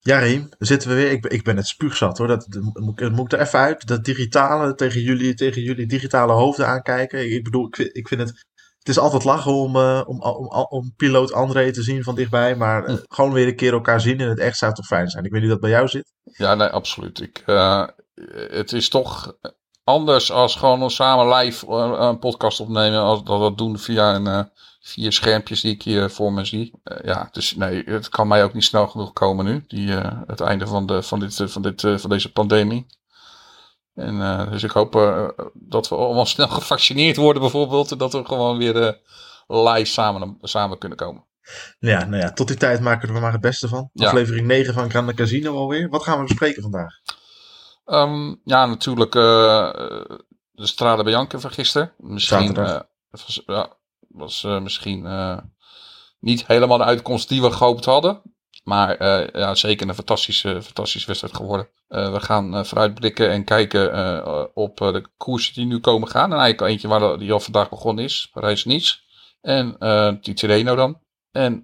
Ja, Riem, daar zitten we weer. Ik ben het spuugzat hoor. Dat moet ik er even uit. Dat digitale tegen jullie digitale hoofden aankijken. Ik bedoel, ik vind het. Het is altijd lachen om piloot André te zien van dichtbij. Maar gewoon weer een keer elkaar zien in het echt zou toch fijn zijn. Ik weet niet hoe dat bij jou zit. Ja, nee, absoluut. Het is toch anders als gewoon samen live een podcast opnemen. Als dat we doen via schermpjes die ik hier voor me zie. Dus nee, het kan mij ook niet snel genoeg komen nu. Het einde van deze pandemie. En dus ik hoop dat we allemaal snel gevaccineerd worden bijvoorbeeld. En dat we gewoon weer live samen kunnen komen. Ja, nou ja, tot die tijd maken we er maar het beste van. Ja. Aflevering 9 van Grande Casino alweer. Wat gaan we bespreken vandaag? Natuurlijk de Strade Bianca van gisteren. Misschien was misschien niet helemaal de uitkomst die we gehoopt hadden. Maar zeker een fantastische wedstrijd geworden. We gaan vooruitblikken en kijken op de koersen die nu komen gaan. En eigenlijk eentje die al vandaag begonnen is. Parijs-Nice. En die Tirreno dan. En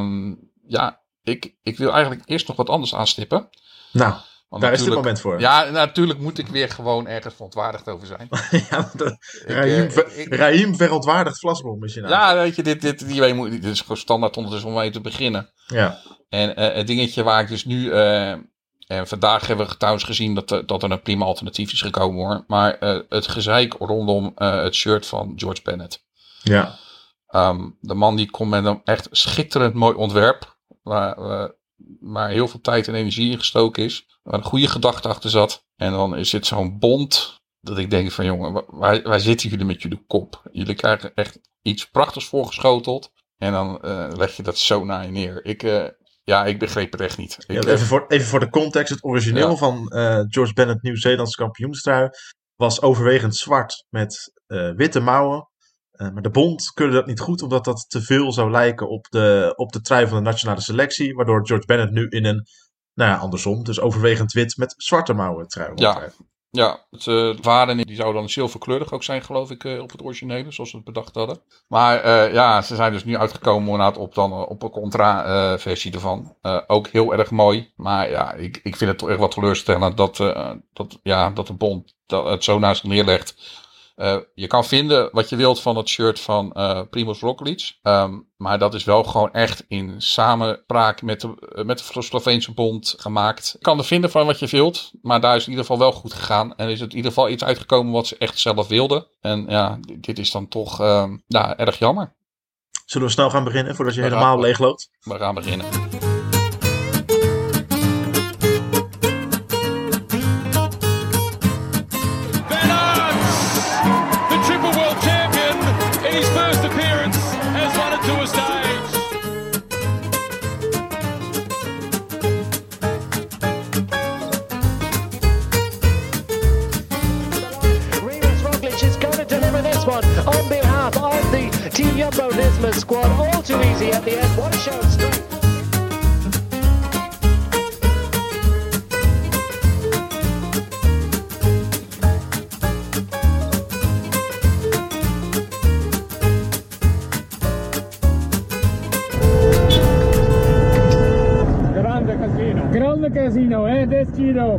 ik wil eigenlijk eerst nog wat anders aanstippen. Nou, daar is dit moment voor. Ja, natuurlijk moet ik weer gewoon ergens verontwaardigd over zijn. Raheem verontwaardigd Vlasbom is je naam. Ja, weet je, dit is gewoon standaard ondertussen om mee te beginnen. Ja. En het dingetje waar ik dus nu... en vandaag hebben we trouwens gezien dat er een prima alternatief is gekomen hoor. Maar het gezeik rondom het shirt van George Bennett. Ja. De man die komt met een echt schitterend mooi ontwerp. Waar heel veel tijd en energie in gestoken is. Waar een goede gedachte achter zat. En dan is dit zo'n bont. Dat ik denk van jongen, waar zitten jullie met jullie kop? Jullie krijgen echt iets prachtigs voorgeschoteld. En dan leg je dat zo naar je neer. Ik begreep het echt niet. Even voor de context. Het origineel van George Bennett Nieuw-Zeelandse kampioenstrui was overwegend zwart met witte mouwen. Maar de bond keurde dat niet goed, omdat dat te veel zou lijken op de trui van de nationale selectie. Waardoor George Bennett nu in een, andersom, dus overwegend wit met zwarte mouwen trui rondrijdt. Ja, het waren die zou dan zilverkleurig ook zijn, geloof ik, op het originele, zoals we het bedacht hadden. Maar ze zijn dus nu uitgekomen op een contra-versie ervan. Ook heel erg mooi. Maar ja, ik vind het toch echt wat teleurstellend dat de bond het zo naast zich neerlegt. Je kan vinden wat je wilt van het shirt van Primož Roglič. Maar dat is wel gewoon echt in samenspraak met de Sloveense bond gemaakt. Je kan er vinden van wat je wilt. Maar daar is in ieder geval wel goed gegaan. En is het in ieder geval iets uitgekomen wat ze echt zelf wilden. En ja, dit is dan toch erg jammer. Zullen we snel gaan beginnen voordat je helemaal leegloopt? We gaan beginnen. On behalf of the Team Jumbo-Visma squad, all too easy at the end. What a show of strength. Grande Casino, Destino.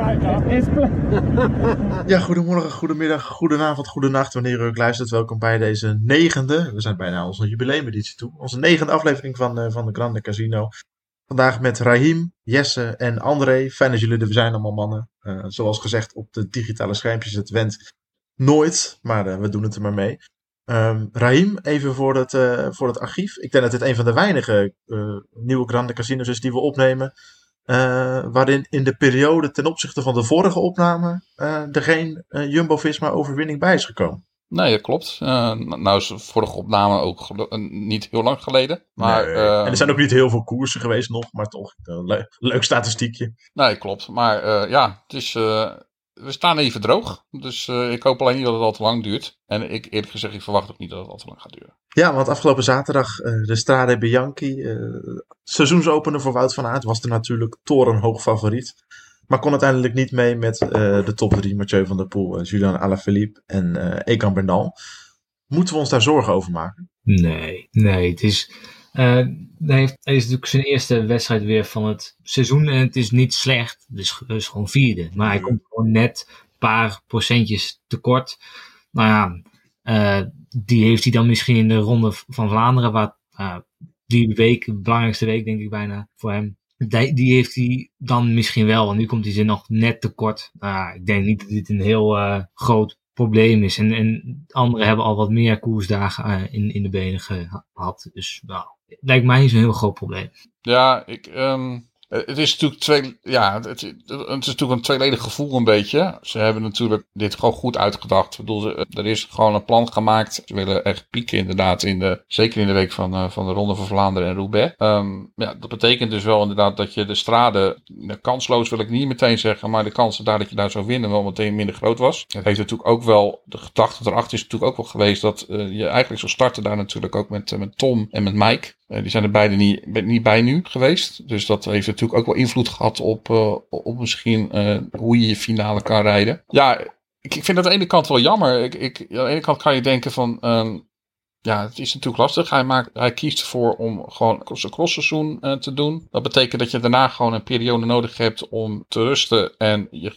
Ja, goedemorgen, goedemiddag, goedenavond, goedenacht, wanneer u ook luistert. Welkom bij deze 9e, we zijn bijna onze jubileumeditie toe, onze 9e aflevering van de Grande Casino. Vandaag met Raheem, Jesse en André. Fijn dat jullie er zijn, allemaal mannen. Zoals gezegd op de digitale schermpjes, het went nooit, maar we doen het er maar mee. Raheem, even voor het archief. Ik denk dat dit een van de weinige nieuwe Grande Casinos is die we opnemen. Waarin in de periode ten opzichte van de vorige opname er geen Jumbo-Visma overwinning bij is gekomen. Nee, dat klopt. Nou is de vorige opname ook niet heel lang geleden. Maar, nee, en er zijn ook niet heel veel koersen geweest nog, maar toch leuk statistiekje. Nee, klopt. Maar het is... we staan even droog. Dus ik hoop alleen niet dat het al te lang duurt. En eerlijk gezegd, ik verwacht ook niet dat het al te lang gaat duren. Ja, want afgelopen zaterdag de Strade Bianchi. Seizoensopener voor Wout van Aert was er natuurlijk torenhoog favoriet. Maar kon uiteindelijk niet mee met de top 3. Mathieu van der Poel, Julian Alaphilippe en Egan Bernal. Moeten we ons daar zorgen over maken? Nee. Het is Hij is natuurlijk zijn eerste wedstrijd weer van het seizoen. En het is niet slecht. Dus gewoon 4e. Maar hij komt gewoon net een paar procentjes tekort. Nou ja, die heeft hij dan misschien in de Ronde van Vlaanderen. Waar die week, de belangrijkste week denk ik bijna voor hem. Die heeft hij dan misschien wel. Want nu komt hij ze nog net tekort. Ik denk niet dat dit een heel groot probleem is. En anderen hebben al wat meer koersdagen in de benen gehad. Dus het lijkt mij niet zo'n heel groot probleem. Ja, het is natuurlijk het is natuurlijk een tweeledig gevoel een beetje. Ze hebben natuurlijk dit gewoon goed uitgedacht. Ik bedoel, er is gewoon een plan gemaakt. Ze willen echt pieken inderdaad zeker in de week van de Ronde van Vlaanderen en Roubaix. Dat betekent dus wel inderdaad dat je de straden, kansloos wil ik niet meteen zeggen, maar de kans dat je daar zou winnen wel meteen minder groot was. Het heeft natuurlijk ook wel, de gedachte erachter is natuurlijk ook wel geweest dat je eigenlijk zou starten daar natuurlijk ook met Tom en met Mike. Die zijn er beide niet bij nu geweest. Dus dat heeft natuurlijk ook wel invloed gehad op misschien hoe je finale kan rijden. Ja, ik vind het aan de ene kant wel jammer. Aan de ene kant kan je denken van... het is natuurlijk lastig. Hij kiest ervoor om gewoon zijn crossseizoen te doen. Dat betekent dat je daarna gewoon een periode nodig hebt om te rusten. En je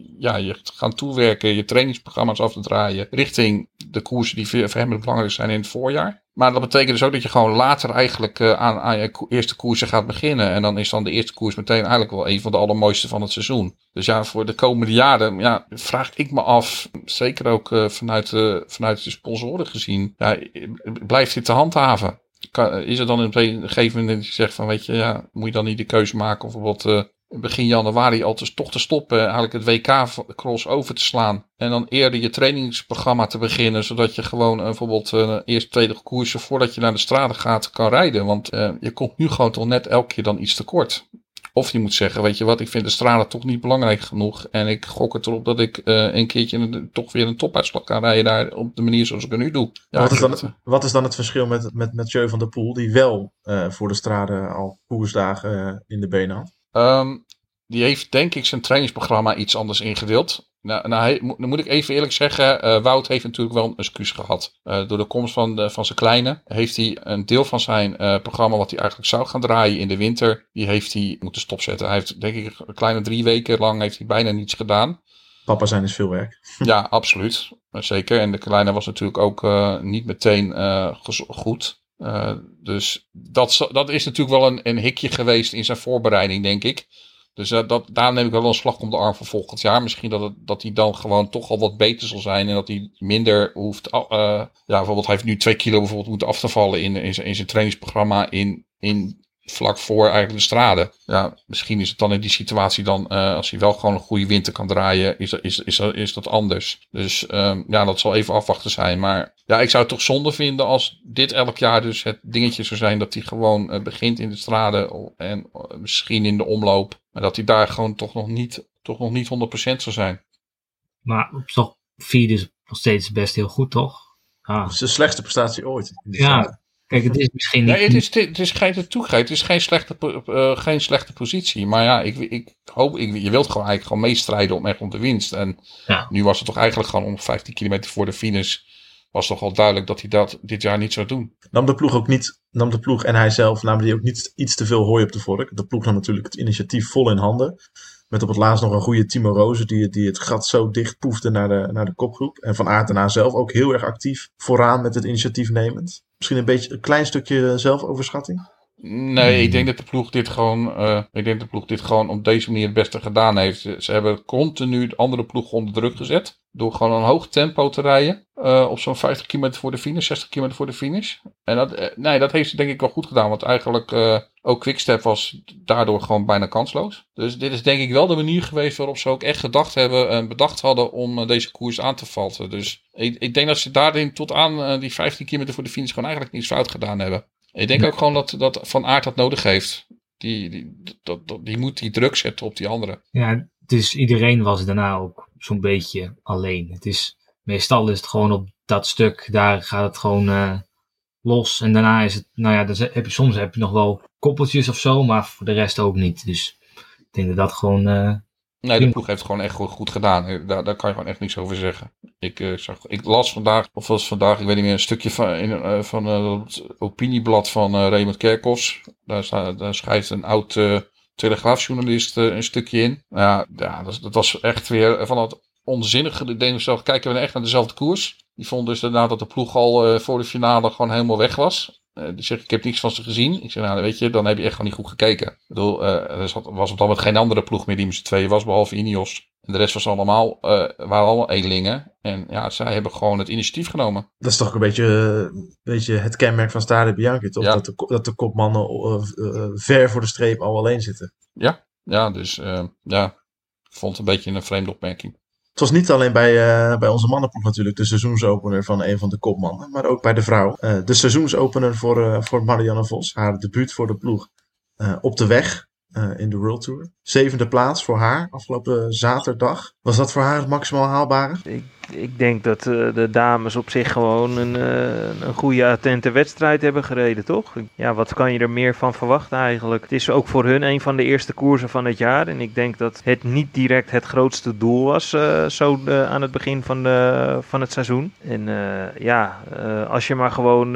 te gaan toewerken, je trainingsprogramma's af te draaien richting de koersen die voor hem belangrijk zijn in het voorjaar. Maar dat betekent dus ook dat je gewoon later eigenlijk aan je eerste koersen gaat beginnen. En dan is de eerste koers meteen eigenlijk wel een van de allermooiste van het seizoen. Dus ja, voor de komende jaren vraag ik me af, zeker ook vanuit de sponsoren gezien, blijft dit te handhaven? Is er dan op een gegeven moment dat je zegt van, weet je, moet je dan niet de keuze maken om bijvoorbeeld begin januari al toch te stoppen, eigenlijk het WK-cross over te slaan. En dan eerder je trainingsprogramma te beginnen, zodat je gewoon bijvoorbeeld eerste, tweede koersen voordat je naar de straten gaat kan rijden. Want je komt nu gewoon toch net elke keer dan iets tekort. Of je moet zeggen, weet je wat, ik vind de straten toch niet belangrijk genoeg. En ik gok het erop dat ik een keertje toch weer een topuitslag kan rijden daar op de manier zoals ik het nu doe. Ja, wat is dan het verschil met Mathieu van der Poel, die wel voor de straten al koersdagen in de benen had? Die heeft denk ik zijn trainingsprogramma iets anders ingedeeld. Nou moet ik even eerlijk zeggen, Wout heeft natuurlijk wel een excuus gehad. Door de komst van zijn kleine heeft hij een deel van zijn programma wat hij eigenlijk zou gaan draaien in de winter, die heeft hij moeten stopzetten. Hij heeft denk ik een kleine 3 weken lang heeft hij bijna niets gedaan. Papa zijn is veel werk. Ja, absoluut. Zeker. En de kleine was natuurlijk ook niet meteen goed. Dus dat is natuurlijk wel een hikje geweest in zijn voorbereiding, denk ik. Dus daar neem ik wel een slag om de arm voor volgend jaar. Misschien dat hij dan gewoon toch al wat beter zal zijn. En dat hij minder hoeft... bijvoorbeeld hij heeft nu 2 kilo bijvoorbeeld moeten af te vallen in zijn trainingsprogramma in vlak voor eigenlijk de straden. Ja, misschien is het dan in die situatie dan... als hij wel gewoon een goede winter kan draaien, is dat anders. Dus dat zal even afwachten zijn. Maar ja, ik zou het toch zonde vinden als dit elk jaar dus het dingetje zou zijn dat hij gewoon begint in de straden en misschien in de omloop. Maar dat hij daar gewoon toch nog niet 100% zou zijn. Maar op toch 4 is nog steeds best heel goed, toch? Dat is de slechtste prestatie ooit. Ja, kijk, het is misschien niet... Nee, het is geen slechte positie. Maar ja, ik hoop... je wilt gewoon eigenlijk gewoon meestrijden om de winst. En nu was het toch eigenlijk gewoon om 15 kilometer voor de finish... was toch al duidelijk dat hij dat dit jaar niet zou doen. Nam de ploeg en hij zelf namen die ook niet iets te veel hooi op de vork. De ploeg nam natuurlijk het initiatief vol in handen. Met op het laatst nog een goede Timo Rozen die het gat zo dicht poefde naar de kopgroep. En Van Aert daarna zelf ook heel erg actief vooraan met het initiatief nemend. Misschien een klein stukje zelfoverschatting? Nee, ik denk dat de ploeg dit gewoon op deze manier het beste gedaan heeft. Ze hebben continu de andere ploeg onder druk gezet. Door gewoon een hoog tempo te rijden. Op zo'n 50 kilometer voor de finish, 60 kilometer voor de finish. En dat heeft ze denk ik wel goed gedaan. Want eigenlijk ook Quickstep was daardoor gewoon bijna kansloos. Dus dit is denk ik wel de manier geweest waarop ze ook echt bedacht hadden om deze koers aan te vallen. Dus ik denk dat ze daarin tot aan die 15 kilometer voor de finish gewoon eigenlijk niets fout gedaan hebben. Ik denk ook gewoon dat Van Aert dat nodig heeft. Die moet die druk zetten op die anderen. Ja, dus iedereen was daarna ook zo'n beetje alleen. Meestal is het gewoon op dat stuk, daar gaat het gewoon los. En daarna is het, soms heb je nog wel koppeltjes of zo, maar voor de rest ook niet. Dus ik denk dat gewoon Nee, de ploeg heeft het gewoon echt goed gedaan. Daar kan je gewoon echt niks over zeggen. Ik las vandaag, of was vandaag, ik weet niet meer, een stukje van het opinieblad van Raymond Kerkhoffs. Daar schrijft een oud Telegraafjournalist een stukje in. Dat was echt weer van het onzinnige. Ik denk mezelf, kijken we echt naar dezelfde koers? Die vond dus inderdaad dat de ploeg al voor de finale gewoon helemaal weg was. Die zegt, ik heb niks van ze gezien. Ik zeg, nou weet je, dan heb je echt gewoon niet goed gekeken. Ik bedoel, er was op dat moment geen andere ploeg meer die met z'n tweeën was, behalve Ineos. En de rest waren allemaal eenlingen. En ja, zij hebben gewoon het initiatief genomen. Dat is toch een beetje het kenmerk van Strade Bianchi, toch? Ja. Dat de kopmannen ver voor de streep al alleen zitten. Ja, dus ik vond het een beetje een vreemde opmerking. Het was niet alleen bij onze mannenploeg natuurlijk de seizoensopener van een van de kopmannen, maar ook bij de vrouw. De seizoensopener voor Marianne Vos, haar debuut voor de ploeg op de weg in de World Tour. 7e plaats voor haar afgelopen zaterdag. Was dat voor haar het maximaal haalbare? Ik denk dat de dames op zich gewoon een goede attente wedstrijd hebben gereden, toch? Ja, wat kan je er meer van verwachten eigenlijk? Het is ook voor hun een van de eerste koersen van het jaar. En ik denk dat het niet direct het grootste doel was aan het begin van het seizoen. En als je maar gewoon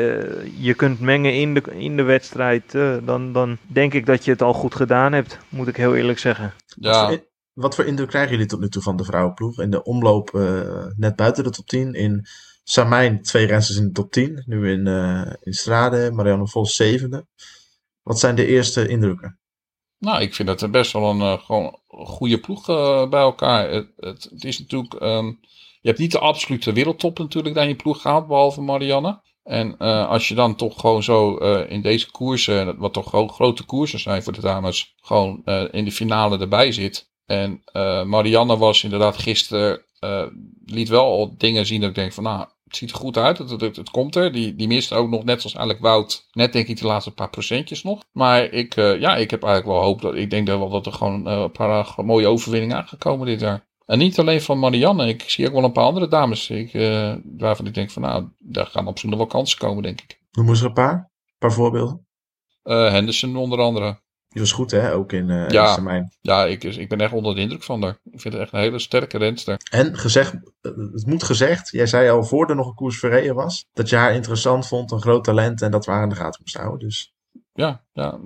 je kunt mengen in de wedstrijd, dan denk ik dat je het al goed gedaan hebt, moet ik heel eerlijk zeggen. Ja. Wat voor indruk krijgen jullie tot nu toe van de vrouwenploeg? In de omloop net buiten de top 10. In Samijn 2 rensters in de top 10. Nu in Strade, Marianne Vos 7e. Wat zijn de eerste indrukken? Nou, ik vind dat best wel een gewoon goede ploeg bij elkaar. Het is natuurlijk... je hebt niet de absolute wereldtop natuurlijk daar in je ploeg gehaald, behalve Marianne. En als je dan toch gewoon zo in deze koersen, wat toch gewoon grote koersen zijn voor de dames, gewoon in de finale erbij zit. En Marianne was inderdaad gisteren, liet wel al dingen zien dat ik denk van, nou, het ziet er goed uit, het komt er. Die miste ook nog, net zoals eigenlijk Wout, net denk ik die laatste paar procentjes nog. Maar ik heb eigenlijk wel hoop, ik denk dat er gewoon een paar mooie overwinningen aangekomen dit jaar. En niet alleen van Marianne, ik zie ook wel een paar andere dames waarvan ik denk van, nou, daar gaan absoluut nog wel kansen komen, denk ik. Noem eens een paar voorbeelden. Henderson onder andere. Die was goed, hè? Ook in Samijn. Ja, ik ben echt onder de indruk van haar. Ik vind het echt een hele sterke renster. En het moet gezegd, jij zei al voor er nog een koers verreden was, dat je haar interessant vond, een groot talent en dat we haar in de gaten moesten houden. Dus. Ja,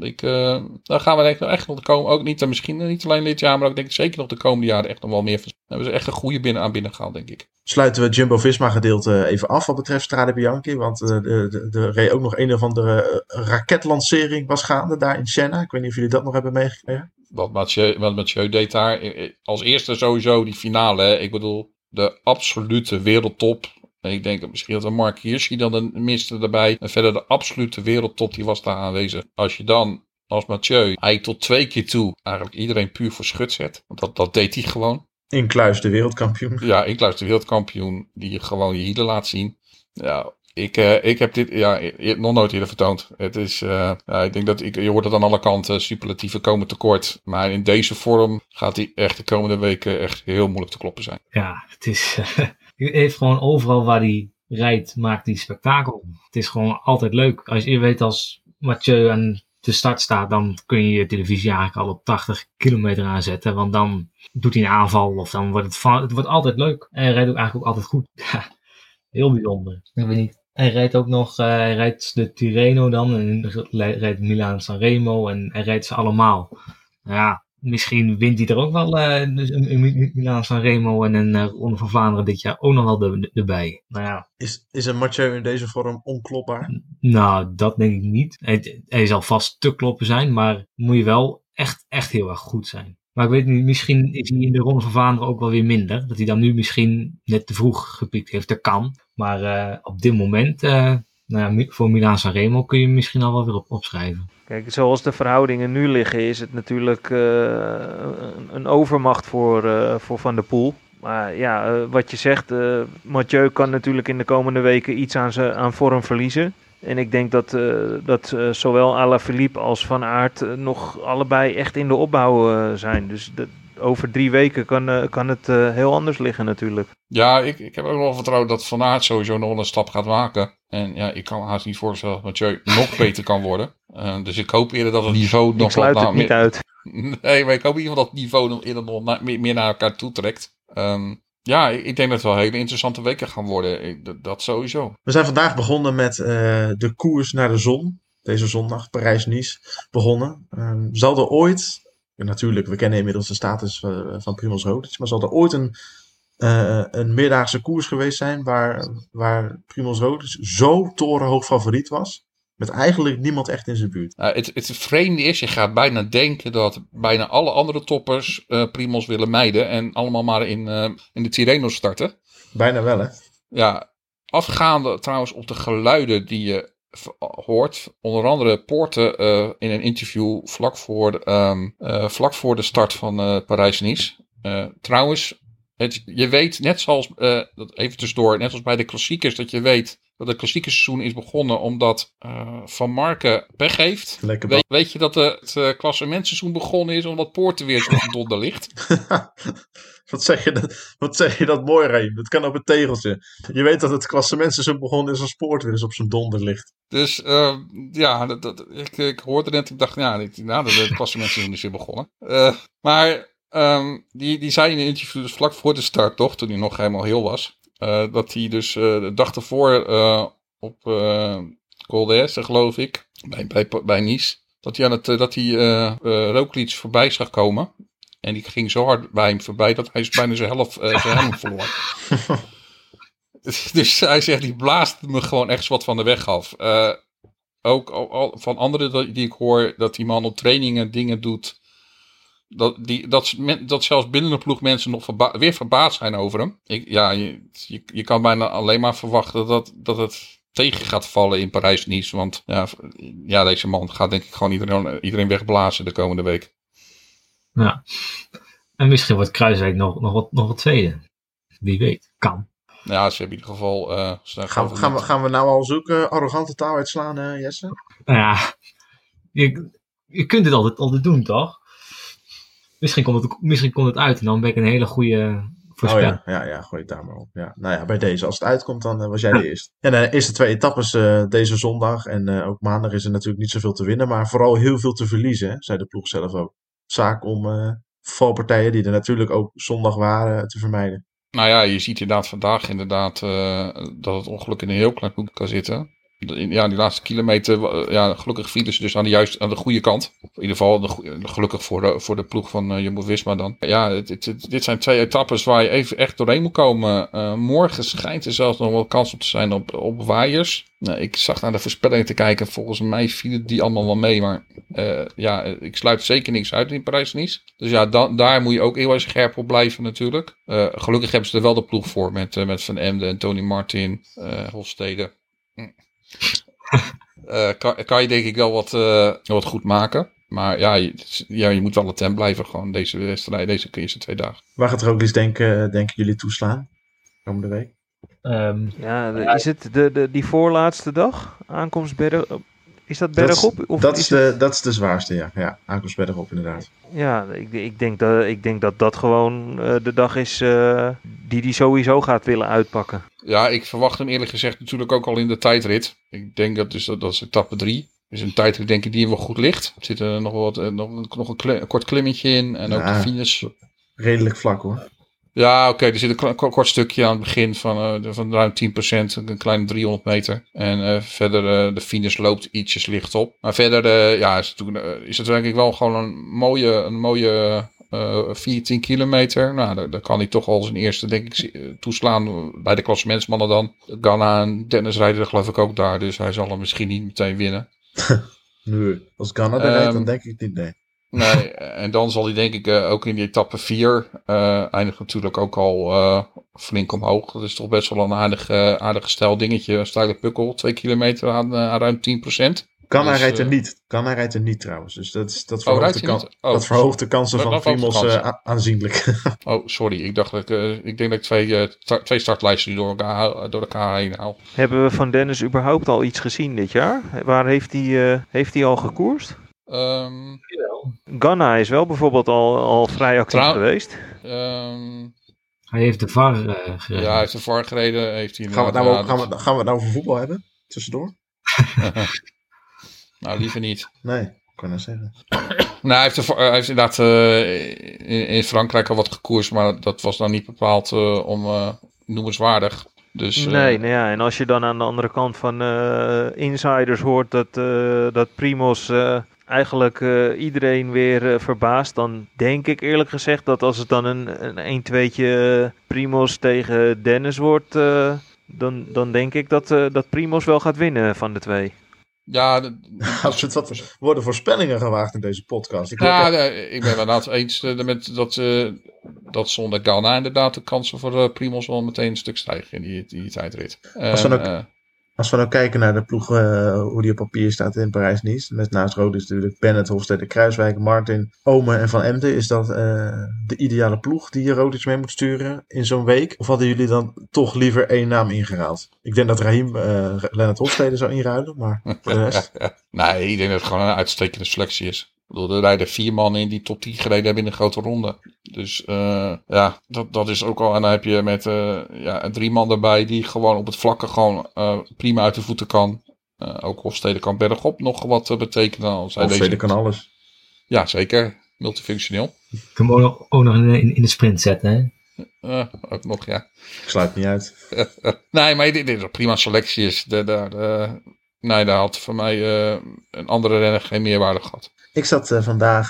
daar gaan we denk ik echt nog de komen. Ook misschien niet alleen dit jaar, maar ook denk ik zeker nog de komende jaren echt nog wel meer. Dan hebben ze echt een goede binnen gehaald, denk ik. Sluiten we het Jumbo-Visma gedeelte even af wat betreft Strade Bianchi. Want er reed ook nog een of andere raketlancering was gaande daar in Siena. Ik weet niet of jullie dat nog hebben meegekregen. Wat Mathieu deed daar. Als eerste sowieso die finale. Hè. Ik bedoel, de absolute wereldtop. En ik denk misschien dat Mark Hirschi dan miste erbij. En verder de absolute wereldtop die was daar aanwezig. Als je dan als Mathieu eigenlijk tot 2 keer toe eigenlijk iedereen puur voor schut zet. Want dat deed hij gewoon. Incluis de wereldkampioen. Ja, incluis de wereldkampioen die je gewoon je hielen laat zien. Ja, ik heb dit nog nooit eerder vertoond. Het is, ik denk dat je hoort het aan alle kanten, superlatieven komen tekort. Maar in deze vorm gaat hij echt de komende weken echt heel moeilijk te kloppen zijn. Ja, het is... Hij heeft gewoon overal waar hij rijdt, maakt hij spektakel. Het is gewoon altijd leuk. Als je weet als Mathieu aan de start staat, dan kun je je televisie eigenlijk al op 80 kilometer aanzetten. Want dan doet hij een aanval of dan wordt het wordt altijd leuk. En hij rijdt ook eigenlijk ook altijd goed. Ja, heel bijzonder. Ik weet niet. Hij rijdt ook nog, hij rijdt de Tirreno dan en rijdt Milaan Sanremo en hij rijdt ze allemaal. Ja. Misschien wint hij er ook wel een Milaan Sanremo en een Ronde van Vlaanderen dit jaar ook nog wel erbij. Nou ja. Is een Mathieu in deze vorm onklopbaar? Nou, dat denk ik niet. Hij zal vast te kloppen zijn, maar moet je wel echt heel erg goed zijn. Maar ik weet niet, misschien is hij in de Ronde van Vlaanderen ook wel weer minder. Dat hij dan nu misschien net te vroeg gepiekt heeft. Dat kan. Maar op dit moment, voor Milaan Sanremo kun je misschien al wel weer opschrijven. Kijk, zoals de verhoudingen nu liggen is het natuurlijk een overmacht voor Van der Poel. Maar ja, wat je zegt, Mathieu kan natuurlijk in de komende weken iets aan vorm verliezen. En ik denk dat zowel Alaphilippe als Van Aert nog allebei echt in de opbouw zijn. Dus over 3 weken kan het heel anders liggen natuurlijk. Ja, ik heb ook nog vertrouwen dat Van Aert sowieso nog een stap gaat maken. En ja, ik kan me haast niet voorstellen dat Mathieu nog beter kan worden. Dus ik hoop eerder dat het niveau nog Ik sluit het niet uit. Nee, maar ik hoop in ieder geval dat het niveau nog eerder nog meer naar elkaar toe trekt. Ja, ik denk dat het wel hele interessante weken gaan worden. Dat sowieso. We zijn vandaag begonnen met de koers naar de zon. Deze zondag, Parijs-Nice, begonnen. Zal er ooit, natuurlijk, we kennen inmiddels de status van Primož Roglič, maar zal er ooit een meerdaagse koers geweest zijn waar Primož Roglič zo torenhoog favoriet was, met eigenlijk niemand echt in zijn buurt? Het vreemde is, je gaat bijna denken dat bijna alle andere toppers Primož willen mijden en allemaal maar in de Tirreno starten. Bijna wel, hè? Ja, afgaande trouwens op de geluiden die je hoort. Onder andere Poorten in een interview vlak voor de start van Parijs-Nice. Trouwens, je weet, net zoals, even tussendoor, net als bij de klassiekers, dat je weet dat het klassieke seizoen is begonnen omdat Van Marken pech heeft. Weet je dat het klassementseizoen begonnen is omdat Poorten weer zo donder ligt? Wat zeg je dat mooi, Reem? Dat kan op het tegeltje. Je weet dat het klassementseizoen begonnen is als Poort weer eens op zijn donder ligt. Dus ja, ik hoorde net, ik dacht, ja, het klassementseizoen is weer begonnen. Maar die zei in een interview dus vlak voor de start, toch, toen hij nog helemaal heel was, dat hij dus de dag ervoor op Col d'Este, geloof ik, bij Nice, dat hij Roglič voorbij zag komen. En die ging zo hard bij hem voorbij dat hij bijna zijn helm verloor. Dus hij zegt, die blaast me gewoon echt wat van de weg af. Ook van anderen die ik hoor, dat die man op trainingen dingen doet. Dat zelfs binnen de ploeg mensen nog weer verbaasd zijn over hem. Je kan bijna alleen maar verwachten dat het tegen gaat vallen in Parijs-Nice. Want ja, deze man gaat denk ik gewoon iedereen wegblazen de komende week. Ja. En misschien wordt Kruijswijk nog wat tweede. Wie weet. Kan. Ja, ze hebben in ieder geval... Gaan we nou al zulke arrogante taal uitslaan, Jesse? Nou ja, je kunt dit altijd doen, toch? Misschien komt het uit en dan ben ik een hele goede voorspelling. Oh ja, gooi het daar maar op. Ja. Nou ja, bij deze, als het uitkomt, dan was jij de eerste. Ja, de eerste 2 etappes deze zondag en ook maandag is er natuurlijk niet zoveel te winnen, maar vooral heel veel te verliezen, hè, zei de ploeg zelf ook. Zaak om valpartijen die er natuurlijk ook zondag waren te vermijden. Nou ja, je ziet vandaag dat het ongeluk in een heel klein hoek kan zitten. Ja, die laatste kilometer, gelukkig vielen ze dus aan de goede kant. In ieder geval gelukkig voor de ploeg van Jumbo-Visma dan. Ja, dit zijn 2 etappes waar je even echt doorheen moet komen. Morgen schijnt er zelfs nog wel kans op te zijn op waaiers. Nou, ik zag naar de voorspellingen te kijken. Volgens mij vielen die allemaal wel mee. Maar ik sluit zeker niks uit in Parijs-Nice. Dus ja, daar moet je ook heel erg scherp op blijven natuurlijk. Gelukkig hebben ze er wel de ploeg voor met Van Emden en Tony Martin, Hofstede. Kan je denk ik wel wat goed maken. Maar je moet wel attent blijven gewoon deze wedstrijd, deze eerste 2 dagen. Waar gaat Roglič denken jullie toeslaan? Komende week? Is het die voorlaatste dag? Aankomst is dat bergop? Dat is de zwaarste, ja. Aankomst bergop inderdaad. Ja, ik denk dat gewoon de dag is die sowieso gaat willen uitpakken. Ja, ik verwacht hem eerlijk gezegd natuurlijk ook al in de tijdrit. Ik denk dat is etappe 3. Dus een tijdrit denk ik die wel goed ligt. Er zit er nog een kort klimmetje in. En ook de finish. Redelijk vlak hoor. Ja, oké. Er zit een kort stukje aan het begin van ruim 10%. Een kleine 300 meter. En verder de finish loopt ietsjes licht op. Maar verder is het denk ik wel gewoon een mooie 14 kilometer. Nou, daar kan hij toch al zijn eerste, denk ik, toeslaan bij de klassementsmannen dan. Ganna en Dennis rijden er geloof ik ook daar. Dus hij zal hem misschien niet meteen winnen. Nee, als Ganna er rijdt, dan denk ik niet, nee. Nee, en dan zal hij denk ik ook in die etappe 4 eindigt natuurlijk ook al flink omhoog. Dat is toch best wel een aardig stijl dingetje. Een steile pukkel, 2 kilometer aan ruim 10%. Ganna rijdt er niet trouwens. Dus dat verhoogt de kansen van Primož aanzienlijk. Oh, sorry. Ik denk dat ik 2 startlijsten nu door elkaar heen haal. Hebben we van Dennis überhaupt al iets gezien dit jaar? Waar heeft hij al gekoerst? Ganna is wel bijvoorbeeld al vrij actief geweest. Hij heeft de VAR gereden. Ja, hij heeft de VAR gereden. Gaan we het nou over voetbal hebben? tussendoor? Nou, liever niet. Nee, ik kan dat zeggen. Nou, hij heeft inderdaad in Frankrijk al wat gekoerst, maar dat was dan niet bepaald noemenswaardig. Dus, Nee, nou ja, en als je dan aan de andere kant van insiders hoort dat Primoz eigenlijk iedereen weer verbaast, dan denk ik eerlijk gezegd dat als het dan een 1-2'tje Primoz tegen Dennis wordt, dan denk ik dat Primoz wel gaat winnen van de twee. ja, Wat worden voorspellingen gewaagd in deze podcast? ik ben inderdaad eens met dat zonder Ghana inderdaad de kansen voor Primoz wel meteen een stuk stijgen in die tijdrit. Als we nou kijken naar de ploeg, hoe die op papier staat in Parijs-Nice. Met naast Roglič natuurlijk Bennett, Hofstede, Kruiswijk, Martin, Omen en Van Emden. Is dat de ideale ploeg die je Roglič mee moet sturen in zo'n week? Of hadden jullie dan toch liever één naam ingeruild? Ik denk dat Raheem Lennart Hofstede zou inruilen, maar voor de rest... Nee, ik denk dat het gewoon een uitstekende selectie is. Ik bedoel, er rijden 4 mannen in die top 10 gereden hebben in een grote ronde. Dus dat is ook al. En dan heb je met 3 man erbij die gewoon op het vlakke gewoon prima uit de voeten kan. Ook Hofstede kan bergop nog wat betekenen. Hofstede kan alles. Ja, zeker. Multifunctioneel. Ik kan hem ook nog in de sprint zetten, hè? Ook nog, ja. Ik sluit niet uit. Nee, maar dit is een prima selectie is. Daar had voor mij een andere renner geen meerwaarde gehad. Ik zat vandaag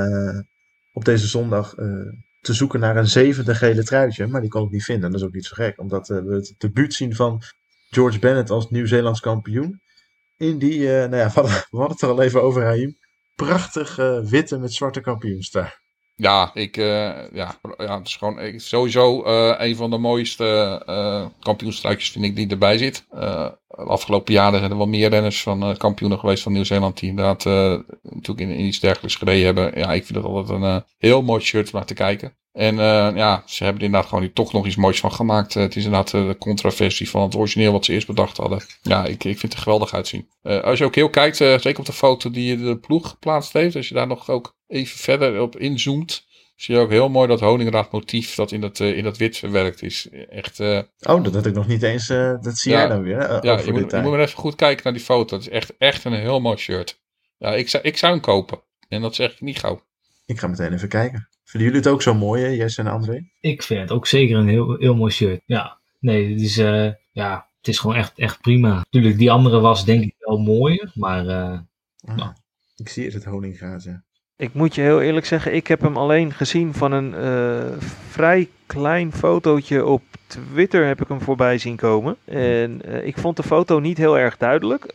op deze zondag te zoeken naar een 7e gele truitje, maar die kon ik niet vinden. Dat is ook niet zo gek, omdat we het debuut zien van George Bennett als Nieuw-Zeelands kampioen. In die, we hadden het er al even over, Raheem. Prachtig witte met zwarte kampioenstrui. Ja, het is gewoon sowieso een van de mooiste kampioenstruikjes vind ik die erbij zit. De afgelopen jaren zijn er wel meer renners van kampioenen geweest van Nieuw-Zeeland die inderdaad natuurlijk in iets dergelijks gereden hebben. Ja, ik vind het altijd een heel mooi shirt om naar te kijken. En ze hebben er inderdaad gewoon toch nog iets moois van gemaakt. Het is inderdaad de contraversie van het origineel wat ze eerst bedacht hadden. Ja, ik vind het er geweldig uitzien. Als je ook heel kijkt, zeker op de foto die de ploeg geplaatst heeft. Als je daar nog ook even verder op inzoomt. Zie je ook heel mooi dat honingraadmotief dat in dat wit verwerkt is. Echt, dat had ik nog niet eens. Dat zie jij dan weer. Je moet maar even goed kijken naar die foto. Het is echt een heel mooi shirt. Ja, ik zou hem kopen. En dat zeg ik niet gauw. Ik ga meteen even kijken. Vinden jullie het ook zo mooi, hè, Jesse en André? Ik vind het ook zeker een heel mooi shirt. Ja, nee, het is, het is gewoon echt prima. Natuurlijk, die andere was denk ik wel mooier, maar... Ik zie het honingraad, ja. Ik moet je heel eerlijk zeggen, ik heb hem alleen gezien van een vrij klein fotootje op Twitter heb ik hem voorbij zien komen. En ik vond de foto niet heel erg duidelijk.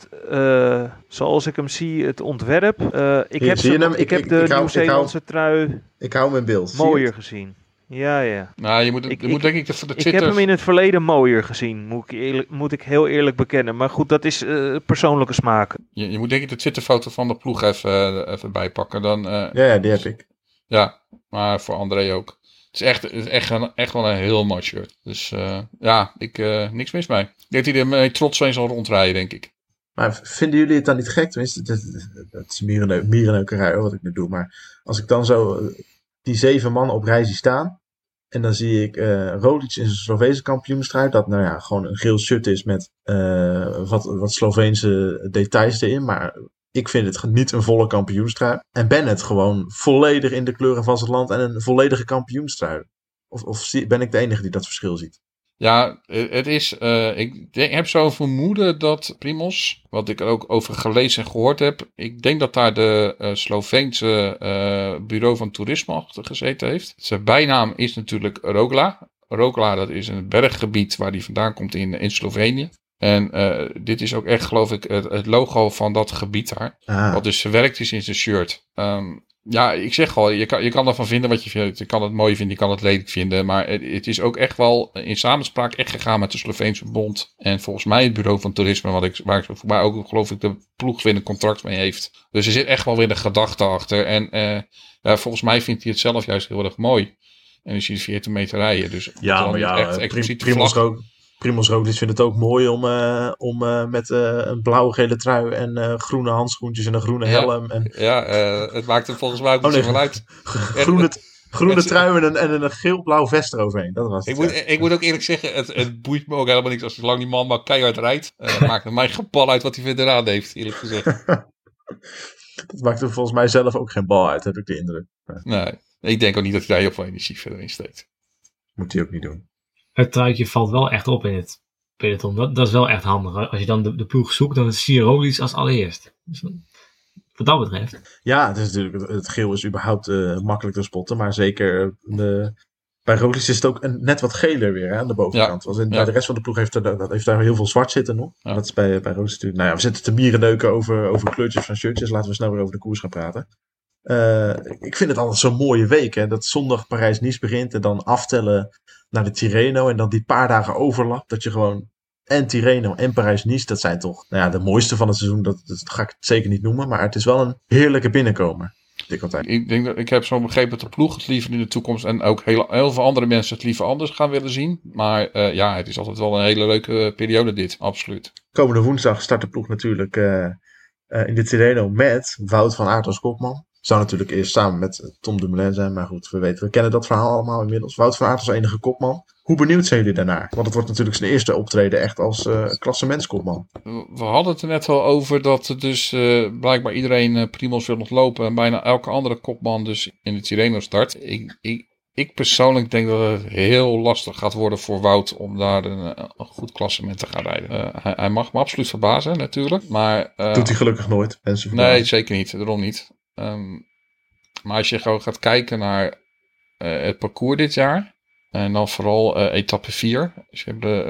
Zoals ik hem zie, het ontwerp. Ik heb de Nieuw-Zeelandse trui ik hou hem in beeld. mooier gezien. Ja. Nou, je moet denk ik de Twitter... Ik heb hem in het verleden mooier gezien, moet ik heel eerlijk bekennen. Maar goed, dat is persoonlijke smaak. Je moet denk ik de Twitterfoto van de ploeg even bijpakken. Dan, ja, die heb ik. Ja, maar voor André ook. Het is echt wel een heel mooi shirt. Dus niks mis mee. Ik denk dat hij ermee trots mee zal rondrijden, denk ik. Maar vinden jullie het dan niet gek? Tenminste, dat is mierenneukerij wat ik nu doe. Maar als ik dan zo die 7 mannen op rij zie staan. En dan zie ik Roglič in zijn Sloveense kampioenstrui. Dat gewoon een geel shirt is met wat Sloveense details erin. Maar ik vind het niet een volle kampioenstrui. En Bennett gewoon volledig in de kleuren van zijn land en een volledige kampioenstrui. Of ben ik de enige die dat verschil ziet? Ja, het is... ik heb zo'n vermoeden dat Primoz, wat ik er ook over gelezen en gehoord heb, ik denk dat daar de Sloveense bureau van toerisme achter gezeten heeft. Zijn bijnaam is natuurlijk Rogla. Rogla, dat is een berggebied waar die vandaan komt in Slovenië. En dit is ook echt, geloof ik, het logo van dat gebied daar. Wat dus verwerkt is in zijn shirt. Ja, ik zeg al, je kan ervan vinden wat je vindt. Je kan het mooi vinden, je kan het lelijk vinden. Maar het is ook echt wel in samenspraak echt gegaan met de Sloveense bond. En volgens mij het bureau van toerisme, waar ook geloof ik de ploeg weer een contract mee heeft. Dus er zit echt wel weer een gedachte achter. En volgens mij vindt hij het zelf juist heel erg mooi. En is hij 40 meter rijden. Dus Primoz Roglič vindt het ook mooi om met een blauw-gele trui en groene handschoentjes en een groene helm. En... het maakt er volgens mij ook niet zoveel uit. groene trui en een geel-blauw vest eroverheen. Dat was het. Ik moet ook eerlijk zeggen, het boeit me ook helemaal niks als lang die man maar keihard rijdt. Maakt het mij geen bal uit wat hij verder aan heeft, eerlijk gezegd. Dat maakt er volgens mij zelf ook geen bal uit, heb ik de indruk. Nee, ik denk ook niet dat hij daar heel veel energie verder in steekt. Moet hij ook niet doen. Het truitje valt wel echt op in het peloton. Dat is wel echt handig. Als je dan de ploeg zoekt, dan zie je Roglic als allereerst. Dus wat dat betreft. Ja, het is natuurlijk, het geel is überhaupt makkelijk te spotten. Maar zeker bij Roglic is het ook net wat geler weer hè, aan de bovenkant. Want bij de rest van de ploeg heeft daar heel veel zwart zitten nog. Ja. Dat is bij Roglic natuurlijk. Nou ja, we zitten te mierenneuken over kleurtjes van shirtjes. Laten we snel weer over de koers gaan praten. Ik vind het altijd zo'n mooie week. Hè, dat zondag Parijs-Nice begint en dan aftellen naar de Tirreno. En dan die paar dagen overlap. Dat je gewoon en Tirreno en Parijs-Nice, dat zijn toch de mooiste van het seizoen. Dat ga ik zeker niet noemen. Maar het is wel een heerlijke binnenkomer. Ik heb zo begrepen dat de ploeg het liever in de toekomst en ook heel veel andere mensen het liever anders gaan willen zien. Maar het is altijd wel een hele leuke periode dit, absoluut. Komende woensdag start de ploeg natuurlijk in de Tirreno met Wout van Aert als kopman. Zou natuurlijk eerst samen met Tom Dumoulin zijn, maar goed, we kennen dat verhaal allemaal inmiddels. Wout van Aert als enige kopman. Hoe benieuwd zijn jullie daarnaar? Want het wordt natuurlijk zijn eerste optreden echt als klassementskopman. We hadden het er net al over dat er dus blijkbaar iedereen Primoz wil nog lopen. En bijna elke andere kopman dus in de Tirreno start. Ik persoonlijk denk dat het heel lastig gaat worden voor Wout om daar een goed klassement te gaan rijden. Hij mag me absoluut verbazen natuurlijk. Maar, doet hij gelukkig nooit. Nee, zeker niet. Daarom niet. Maar als je gewoon gaat kijken naar het parcours dit jaar. En dan vooral etappe 4. Dus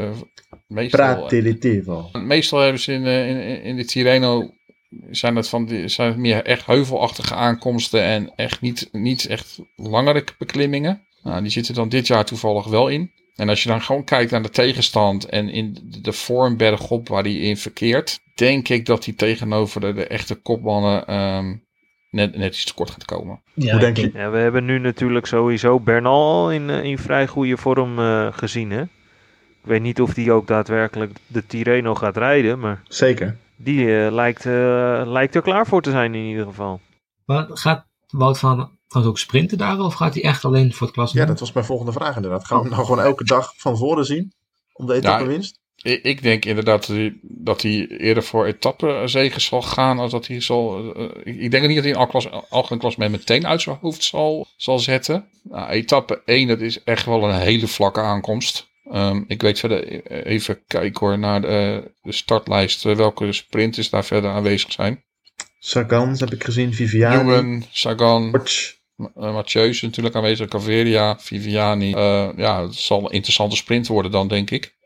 meestal hebben ze in de Tirreno zijn het meer echt heuvelachtige aankomsten en echt niet echt langere beklimmingen. Nou, die zitten dan dit jaar toevallig wel in. En als je dan gewoon kijkt naar de tegenstand en in de vorm bergop waar hij in verkeert, denk ik dat hij tegenover de echte kopmannen net iets te kort gaat komen. Ja, hoe denk je? Ja, we hebben nu natuurlijk sowieso Bernal in vrij goede vorm gezien. Hè? Ik weet niet of die ook daadwerkelijk de Tirreno gaat rijden, maar zeker. Die lijkt er klaar voor te zijn in ieder geval. Maar gaat Wout van ook sprinten daar of gaat hij echt alleen voor het klassement? Ja, dat was mijn volgende vraag inderdaad. Gaan we hem nou gewoon elke dag van voren zien om de etappewinst? Ik denk inderdaad dat hij eerder voor etappenzegen zal gaan. Als dat hij zal. Ik denk niet dat hij een algemeen klassement meteen uit zijn hoofd zal zetten. Nou, etappe 1, dat is echt wel een hele vlakke aankomst. Ik weet verder even kijken hoor naar de startlijst. Welke sprinters daar verder aanwezig zijn. Sagan heb ik gezien, Viviani. Newman, Sagan. Mathieu is natuurlijk aanwezig. Gaviria, Viviani. Het zal een interessante sprint worden dan denk ik.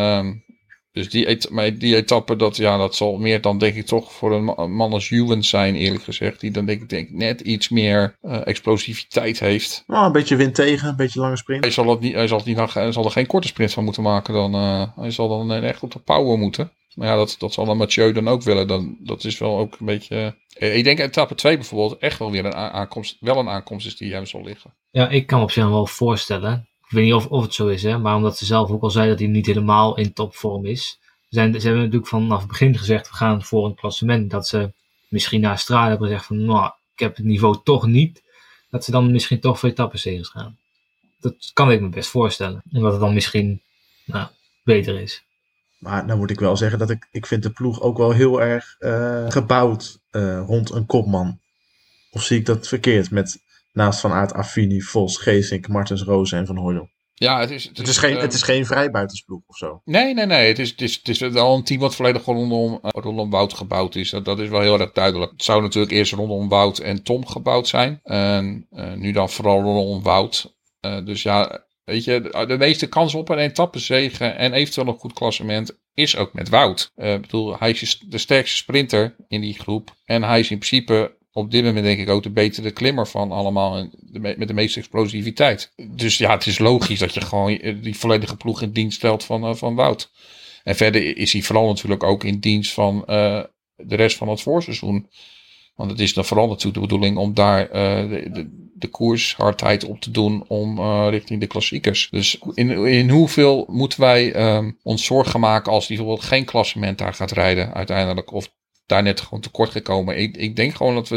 Dus die etappe, dat zal meer dan denk ik toch voor een man als Ewan zijn, eerlijk gezegd. Die dan denk ik net iets meer explosiviteit heeft. Nou, een beetje wind tegen, een beetje lange sprint. Hij zal er geen korte sprint van moeten maken. Hij zal dan echt op de power moeten. Maar ja, dat zal dan Mathieu dan ook willen. Dat is wel ook een beetje. Ik denk etappe 2 bijvoorbeeld echt wel weer een aankomst is die hem zal liggen. Ja, ik kan me op zich wel voorstellen. Ik weet niet of het zo is, hè, maar omdat ze zelf ook al zei dat hij niet helemaal in topvorm is. Ze hebben natuurlijk vanaf het begin gezegd, we gaan voor een klassement. Dat ze misschien naar Strade hebben gezegd van, nou, ik heb het niveau toch niet. Dat ze dan misschien toch voor etappenzegers gaan. Dat kan ik me best voorstellen. Omdat het dan misschien beter is. Maar nou moet ik wel zeggen dat ik vind de ploeg ook wel heel erg gebouwd rond een kopman. Of zie ik dat verkeerd met naast Van Aert, Affini, Vos, Geesink, Martens, Rozen en Van Hooydonk? Ja, het is geen vrijbuitersploeg of zo. Nee. Het is wel een team wat volledig rondom Wout gebouwd is. Dat is wel heel erg duidelijk. Het zou natuurlijk eerst rondom Wout en Tom gebouwd zijn. En nu dan vooral rondom Wout. Dus ja, weet je, de meeste kans op een etappezege en eventueel een goed klassement is ook met Wout. Ik bedoel, hij is de sterkste sprinter in die groep. En hij is in principe op dit moment denk ik ook de betere klimmer van allemaal. En met de meeste explosiviteit. Dus ja, het is logisch dat je gewoon die volledige ploeg in dienst stelt van Wout. En verder is hij vooral natuurlijk ook in dienst van de rest van het voorseizoen. Want het is dan vooral natuurlijk de bedoeling om daar de koershardheid op te doen om richting de klassiekers. Dus in hoeveel moeten wij ons zorgen maken als hij bijvoorbeeld geen klassement daar gaat rijden uiteindelijk. Of daar net gewoon tekort gekomen. Ik denk gewoon dat we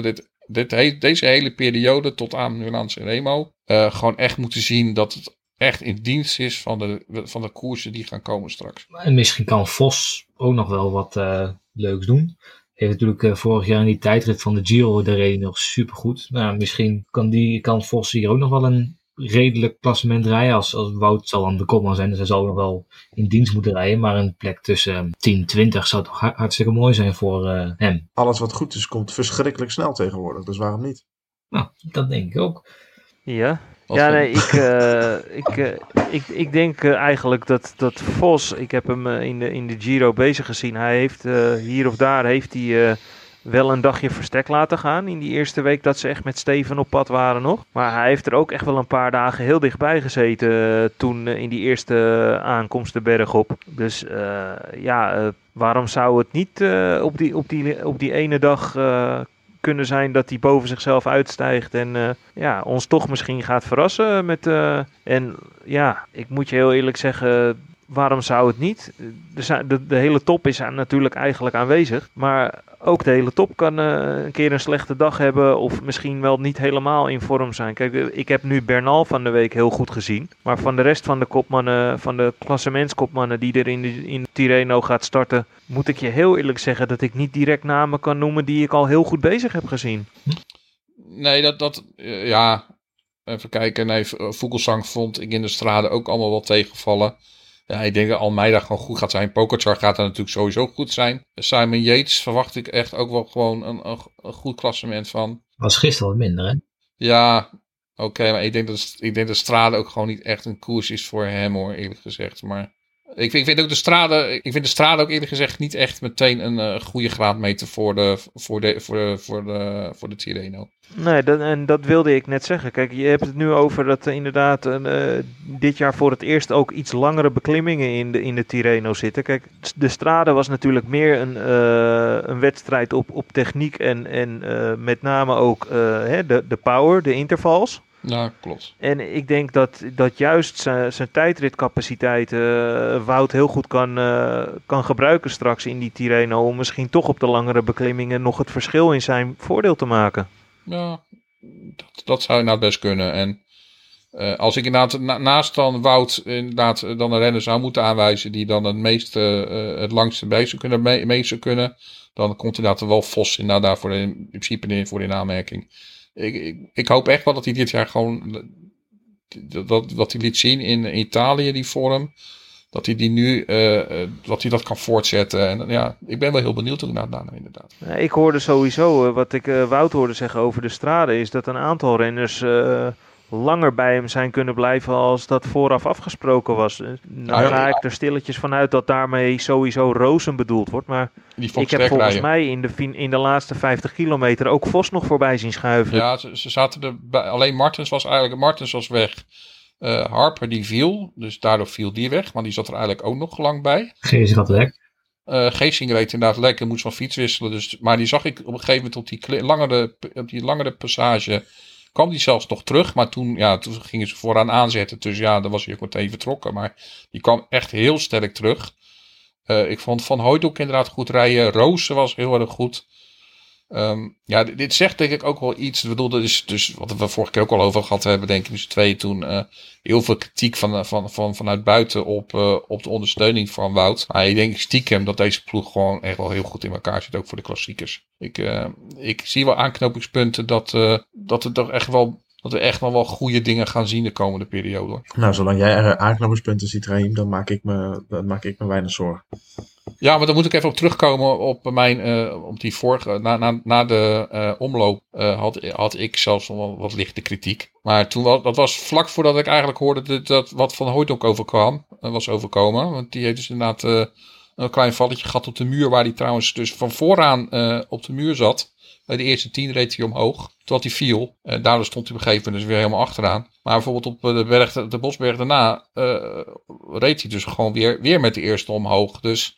deze hele periode tot aan Milaan-San Remo gewoon echt moeten zien dat het echt in dienst is van de koersen die gaan komen straks. En misschien kan Vos ook nog wel wat leuks doen. Heeft natuurlijk vorig jaar in die tijdrit van de Giro, daar reed hij nog supergoed. Nou, misschien kan Vos hier ook nog wel een redelijk klassement rijden. Als Wout zal aan de kopman zijn, dus hij zal nog wel in dienst moeten rijden. Maar een plek tussen 10-20 zou toch hartstikke mooi zijn voor hem. Alles wat goed is, komt verschrikkelijk snel tegenwoordig. Dus waarom niet? Nou, dat denk ik ook. Ja. Ja, nee, ik denk eigenlijk dat Vos, ik heb hem in de Giro bezig gezien. Hij heeft hier of daar wel een dagje verstek laten gaan in die eerste week dat ze echt met Steven op pad waren nog. Maar hij heeft er ook echt wel een paar dagen heel dichtbij gezeten toen in die eerste aankomst de berg op. Dus waarom zou het niet op die ene dag kunnen zijn dat hij boven zichzelf uitstijgt en ons toch misschien gaat verrassen met ik moet je heel eerlijk zeggen, waarom zou het niet? De hele top is natuurlijk eigenlijk aanwezig, maar ook de hele top kan een keer een slechte dag hebben of misschien wel niet helemaal in vorm zijn. Kijk, ik heb nu Bernal van de week heel goed gezien, maar van de rest van de kopmannen, van de klassementskopmannen die er in Tirreno gaat starten, moet ik je heel eerlijk zeggen dat ik niet direct namen kan noemen die ik al heel goed bezig heb gezien. Nee, even kijken. Nee, Vogelsang vond ik in de Strade ook allemaal wel tegenvallen. Ja, ik denk dat Almeida gewoon goed gaat zijn. Pogačar gaat er natuurlijk sowieso goed zijn. Simon Yates verwacht ik echt ook wel gewoon een goed klassement van. Was gisteren wat minder, hè? Ja, oké, maar ik denk dat Strade ook gewoon niet echt een koers is voor hem, hoor, eerlijk gezegd. Maar ik vind ook de Strade ook eerlijk gezegd niet echt meteen een goede graadmeter voor de Tirreno. Nee, dat wilde ik net zeggen. Kijk, je hebt het nu over dat inderdaad dit jaar voor het eerst ook iets langere beklimmingen in de Tirreno zitten. Kijk, de Strade was natuurlijk meer een wedstrijd op techniek en met name ook de power, de intervals. Ja, klopt. En ik denk dat juist zijn tijdritcapaciteit Wout heel goed kan gebruiken straks in die Tirreno om misschien toch op de langere beklimmingen nog het verschil in zijn voordeel te maken. Ja, dat zou inderdaad best kunnen. En als ik inderdaad naast dan Wout inderdaad dan een renner zou moeten aanwijzen die dan het langste bij zou kunnen, mee zou kunnen, dan komt inderdaad wel Vos inderdaad daar in principe voor in aanmerking. Ik hoop echt wel dat hij dit jaar gewoon dat hij liet zien in Italië die vorm. Dat hij die nu dat hij dat kan voortzetten. En ja, ik ben wel heel benieuwd hoe daarna inderdaad. Ik hoorde sowieso, wat ik Wout hoorde zeggen over de Strade, is dat een aantal renners langer bij hem zijn kunnen blijven als dat vooraf afgesproken was. Dan ga ik er stilletjes vanuit dat daarmee sowieso Rozen bedoeld wordt. Maar ik heb volgens mij in de laatste 50 kilometer ook Vos nog voorbij zien schuiven. Ja, ze zaten er alleen Martens was weg. Harper die viel, dus daardoor viel die weg, maar die zat er eigenlijk ook nog lang bij. Geesing had lek. Geesing reed inderdaad lekker, moest van fiets wisselen, dus, maar die zag ik op een gegeven moment op die langere passage, kwam die zelfs nog terug, maar toen gingen ze vooraan aanzetten, dus ja, dan was hij ook meteen vertrokken, maar die kwam echt heel sterk terug. Ik vond Van Hooijdonk inderdaad goed rijden, Rozen was heel erg goed. Dit zegt denk ik ook wel iets. Ik bedoel, dat is dus wat we vorige keer ook al over gehad hebben, denk ik, dus twee toen heel veel kritiek vanuit buiten op de ondersteuning van Wout. Maar ik denk stiekem dat deze ploeg gewoon echt wel heel goed in elkaar zit, ook voor de klassiekers. Ik zie wel aanknopingspunten dat we echt nog wel goede dingen gaan zien de komende periode. Nou, zolang jij aanknopingspunten ziet, Raheem, dan maak ik me weinig zorgen. Ja, maar dan moet ik even op terugkomen op die vorige, na de omloop had ik zelfs nog wel wat lichte kritiek. Maar dat was vlak voordat ik eigenlijk hoorde dat wat Van Hooijdonk was overkomen. Want die heeft dus inderdaad een klein valletje gehad op de muur, waar hij trouwens dus van vooraan op de muur zat. Bij de eerste 10 reed hij omhoog, totdat hij viel. Daardoor stond hij op een gegeven moment dus weer helemaal achteraan. Maar bijvoorbeeld op de Bosberg daarna reed hij dus gewoon weer met de eerste omhoog. Dus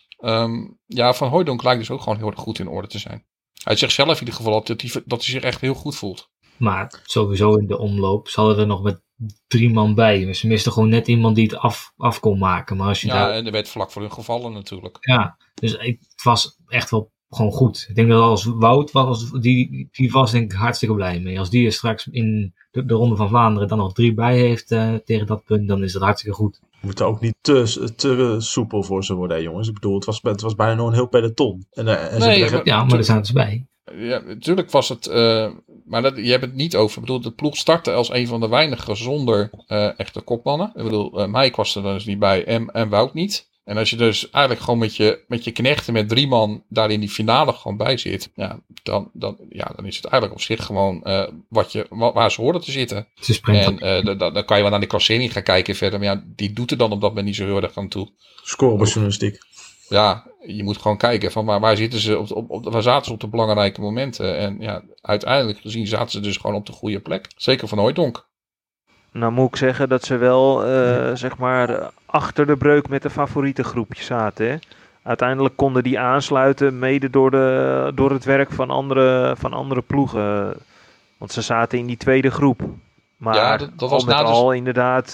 Van Hooijdonk lijkt dus ook gewoon heel erg goed in orde te zijn. Hij zegt zelf in ieder geval dat hij zich echt heel goed voelt. Maar sowieso in de omloop hadden er nog met 3 man bij. Ze misten gewoon net iemand die het af kon maken. Maar als je en er werd vlak voor hun gevallen natuurlijk. Ja, dus het was echt wel gewoon goed. Ik denk dat als Wout was, die was denk ik hartstikke blij mee. Als die er straks in de Ronde van Vlaanderen dan nog 3 bij heeft tegen dat punt, dan is dat hartstikke goed. We moeten ook niet te soepel voor ze worden, hè, jongens. Ik bedoel, het was bijna nog een heel peloton. Ja, maar er zaten ze bij. Ja, natuurlijk was het... maar je hebt het niet over. Ik bedoel, de ploeg startte als een van de weinigen zonder echte kopmannen. Ik bedoel, Mike was er dus niet bij en Wout niet. En als je dus eigenlijk gewoon met je knechten met 3 man daar in die finale gewoon bij zit. Ja, dan is het eigenlijk op zich gewoon waar ze horen te zitten. En dan kan je wel naar de klassering gaan kijken verder. Maar ja, die doet er dan op dat moment niet zo heel erg aan toe. Scorebordjournalistiek. Ja, je moet gewoon kijken van waar zitten ze waar zaten ze op de belangrijke momenten. En ja, uiteindelijk gezien zaten ze dus gewoon op de goede plek. Zeker van Hooijdonk. Nou moet ik zeggen dat ze wel, zeg maar, achter de breuk met de favoriete groepje zaten. Hè? Uiteindelijk konden die aansluiten mede door het werk van andere ploegen. Want ze zaten in die tweede groep. Maar ja, dat was al inderdaad,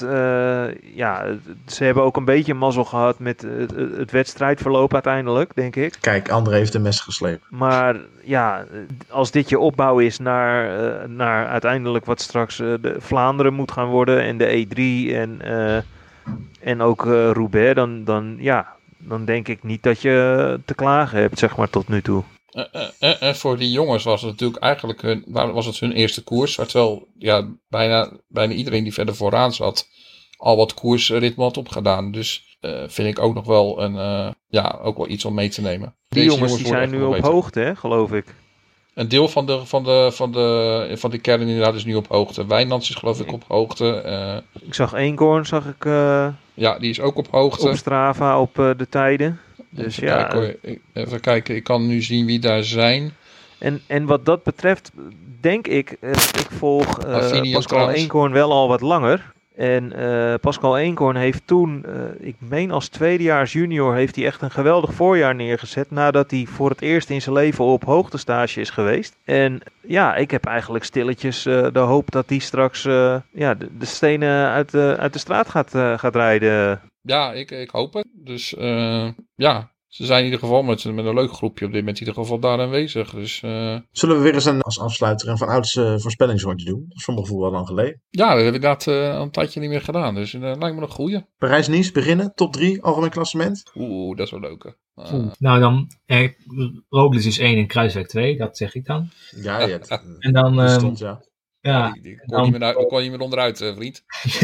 ze hebben ook een beetje mazzel gehad met het wedstrijdverloop uiteindelijk, denk ik. Kijk, André heeft een mes geslepen. Maar ja, als dit je opbouw is naar uiteindelijk wat straks de Vlaanderen moet gaan worden en de E3 en ook Roubaix, dan denk ik niet dat je te klagen hebt, zeg maar, tot nu toe. En voor die jongens was het natuurlijk eigenlijk hun eerste koers. Terwijl bijna iedereen die verder vooraan zat al wat koersritme had opgedaan. Dus vind ik ook nog wel ook wel iets om mee te nemen. Die jongens die zijn nu op hoogte, hè, geloof ik. Een deel van de kern inderdaad is nu op hoogte. Wijnands is geloof ik op hoogte. Ik zag Eenkorn, ja, die is ook op hoogte. Op Strava op de tijden. Dus even kijken, ik kan nu zien wie daar zijn. En wat dat betreft, denk ik volg Pascal Eenkorn wel al wat langer. En Pascal Eenkorn heeft toen, ik meen als tweedejaars junior, heeft hij echt een geweldig voorjaar neergezet. Nadat hij voor het eerst in zijn leven op hoogtestage is geweest. En ja, ik heb eigenlijk stilletjes de hoop dat hij straks de stenen uit de straat gaat rijden. Ja, ik hoop het. Dus ze zijn in ieder geval met een leuk groepje op dit moment in ieder geval daar aanwezig. Dus, Zullen we weer eens als afsluiter een van ouds voorspellingsrondje doen? Dat is voor mijn gevoel wel lang geleden. Ja, dat heb ik inderdaad een tijdje niet meer gedaan. Dus dat lijkt me een goeie. Parijs-Nice beginnen, top 3, algemeen klassement. Oeh, dat is wel leuk. Nou dan, Roglic is 1 en Kruiswijk 2, dat zeg ik dan. Ja. En dan... stond, ja. Ik kon niet meer onderuit, vriend.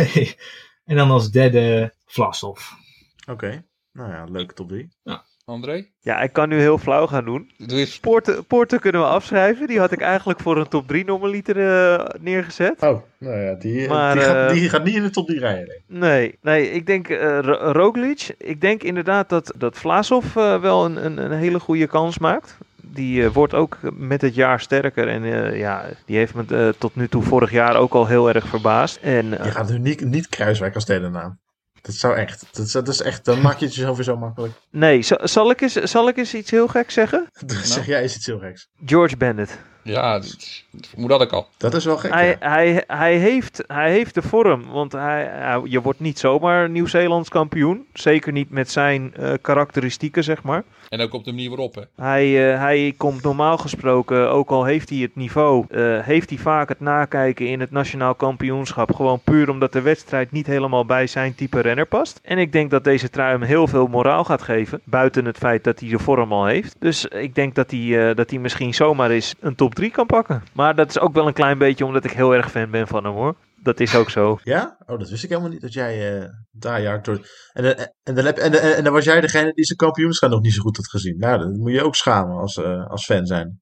En dan als derde Vlasov. Oké. Nou ja, leuke top 3. Ja. André? Ja, ik kan nu heel flauw gaan doen. Poorten kunnen we afschrijven. Die had ik eigenlijk voor een top 3 normaliter neergezet. Oh, nou ja, die gaat niet in de top 3 rijden. Nee, ik denk Roglic. Ik denk inderdaad dat Vlasov wel een hele goede kans maakt. Die wordt ook met het jaar sterker. En die heeft me tot nu toe vorig jaar ook al heel erg verbaasd. En, je gaat nu niet Kruiswijk als derde naam. Dat zou echt, dat is echt, dan maak je het jezelf weer zo makkelijk. Nee, zal ik eens iets heel geks zeggen? Zeg jij eens iets heel geks. George Bennett. Ja, hoe dat ik al. Dat is wel gek, hij heeft de vorm, want je wordt niet zomaar Nieuw-Zeelands kampioen. Zeker niet met zijn karakteristieken, zeg maar. En ook op de manier waarop, hè? Hij komt normaal gesproken, ook al heeft hij het niveau, heeft hij vaak het nakijken in het nationaal kampioenschap. Gewoon puur omdat de wedstrijd niet helemaal bij zijn type renner past. En ik denk dat deze trui hem heel veel moraal gaat geven, buiten het feit dat hij de vorm al heeft. Dus ik denk dat hij misschien zomaar eens een top 3 kan pakken. Maar dat is ook wel een klein beetje omdat ik heel erg fan ben van hem, hoor. Dat is ook zo. Ja? Oh, dat wist ik helemaal niet. Dat jij daar jaagt door. En dan was jij degene die zijn kampioenschap nog niet zo goed had gezien. Nou, dat moet je ook schamen als fan zijn.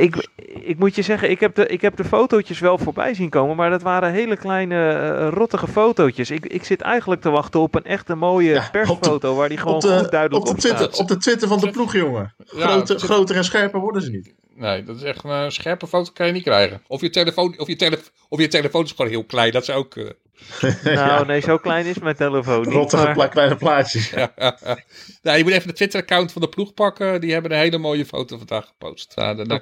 Ik moet je zeggen, ik heb de fotootjes wel voorbij zien komen, maar dat waren hele kleine rottige fotootjes. Ik zit eigenlijk te wachten op een echte mooie persfoto waar die gewoon goed duidelijk op staat. Op de Twitter van de ploeg, jongen. Groter en scherper worden ze niet. Nee, dat is echt een scherpe foto kan je niet krijgen. Of je telefoon is gewoon heel klein, dat is ook... Nee, zo klein is mijn telefoon niet. Rottige kleine plaatjes. Ja. Nou, je moet even de Twitter-account van de ploeg pakken. Die hebben een hele mooie foto vandaag gepost.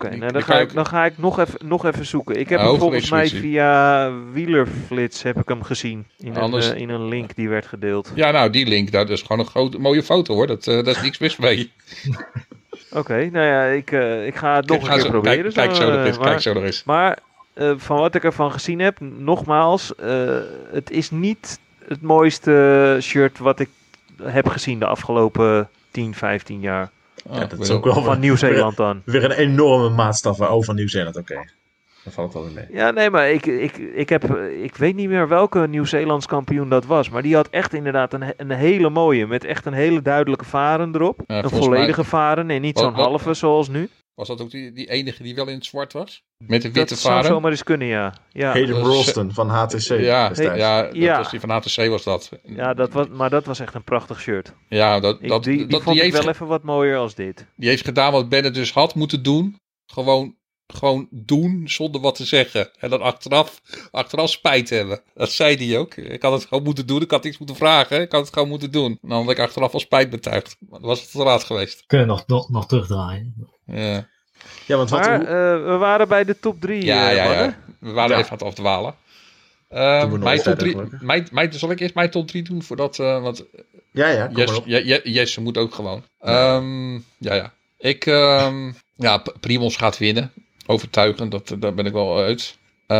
Dan ga ik nog even zoeken. Ik heb hem volgens mij via Wielerflits heb ik hem gezien. In een link die werd gedeeld. Ja, nou, die link, dat is gewoon een mooie foto, hoor. Dat is niks mis mee. Oké, nou ja, ik ga het nog een keer proberen. Kijk zo nog eens. Maar van wat ik ervan gezien heb, nogmaals, het is niet het mooiste shirt wat ik heb gezien de afgelopen 10, 15 jaar. Ja, dat is ook wel Van Nieuw-Zeeland dan. Weer een enorme maatstaf. Van Nieuw-Zeeland, oké. Daar valt het wel weer mee. Ja, nee, maar ik weet niet meer welke Nieuw-Zeelands kampioen dat was. Maar die had echt inderdaad een hele mooie. Met echt een hele duidelijke varen erop. Ja, een volledige varen en niet zo'n halve zoals nu. Was dat ook die enige die wel in het zwart was? Met de witte varen? Dat zou zomaar eens kunnen, ja. Hayden Ralston van HTC. Ja, was die van HTC was dat. Ja, maar dat was echt een prachtig shirt. Ja, die vond ik wel even wat mooier als dit. Die heeft gedaan wat Bennett dus had moeten doen. Gewoon doen zonder wat te zeggen. En dan achteraf spijt hebben. Dat zei hij ook. Ik had het gewoon moeten doen. Ik had iets moeten vragen. Ik had het gewoon moeten doen. Dan had ik achteraf al spijt betuigd. Maar dan was het te laat geweest. Kunnen nog terugdraaien. Ja. Ja, want we waren bij de top 3. Ja. We waren even aan het afdwalen. Mijn top 3. Zal ik eerst mijn top 3 doen? Voordat. Ja, kom maar op. Jesse moet ook gewoon. Primoz gaat winnen. Overtuigend, daar ben ik wel uit.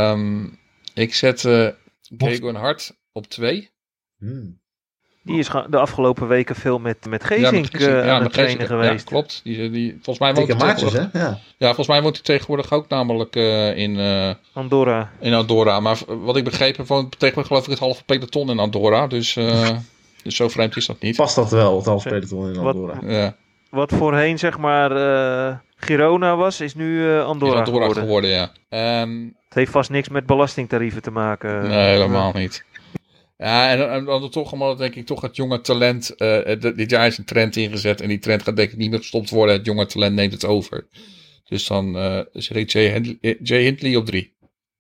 Ik zet Gregor Hart op 2. Die is de afgelopen weken veel met Geesink aan het trainen geweest. Ja, klopt. Die volgens mij woont hij tegenwoordig. Ja, volgens mij woont hij tegenwoordig ook namelijk in Andorra. In Andorra. Maar wat ik begrepen woont tegenwoordig geloof ik het halve peloton in Andorra. Dus zo vreemd is dat niet. Past dat wel, het halve peloton in Andorra? Wat voorheen zeg maar Girona was, is nu Andorra geworden. Ja. Het heeft vast niks met belastingtarieven te maken. Nee, helemaal niet. Ja, en dan toch allemaal denk ik toch het jonge talent. Dit jaar is een trend ingezet en die trend gaat denk ik niet meer gestopt worden. Het jonge talent neemt het over. Dus dan zeg ik Jay Hindley op 3.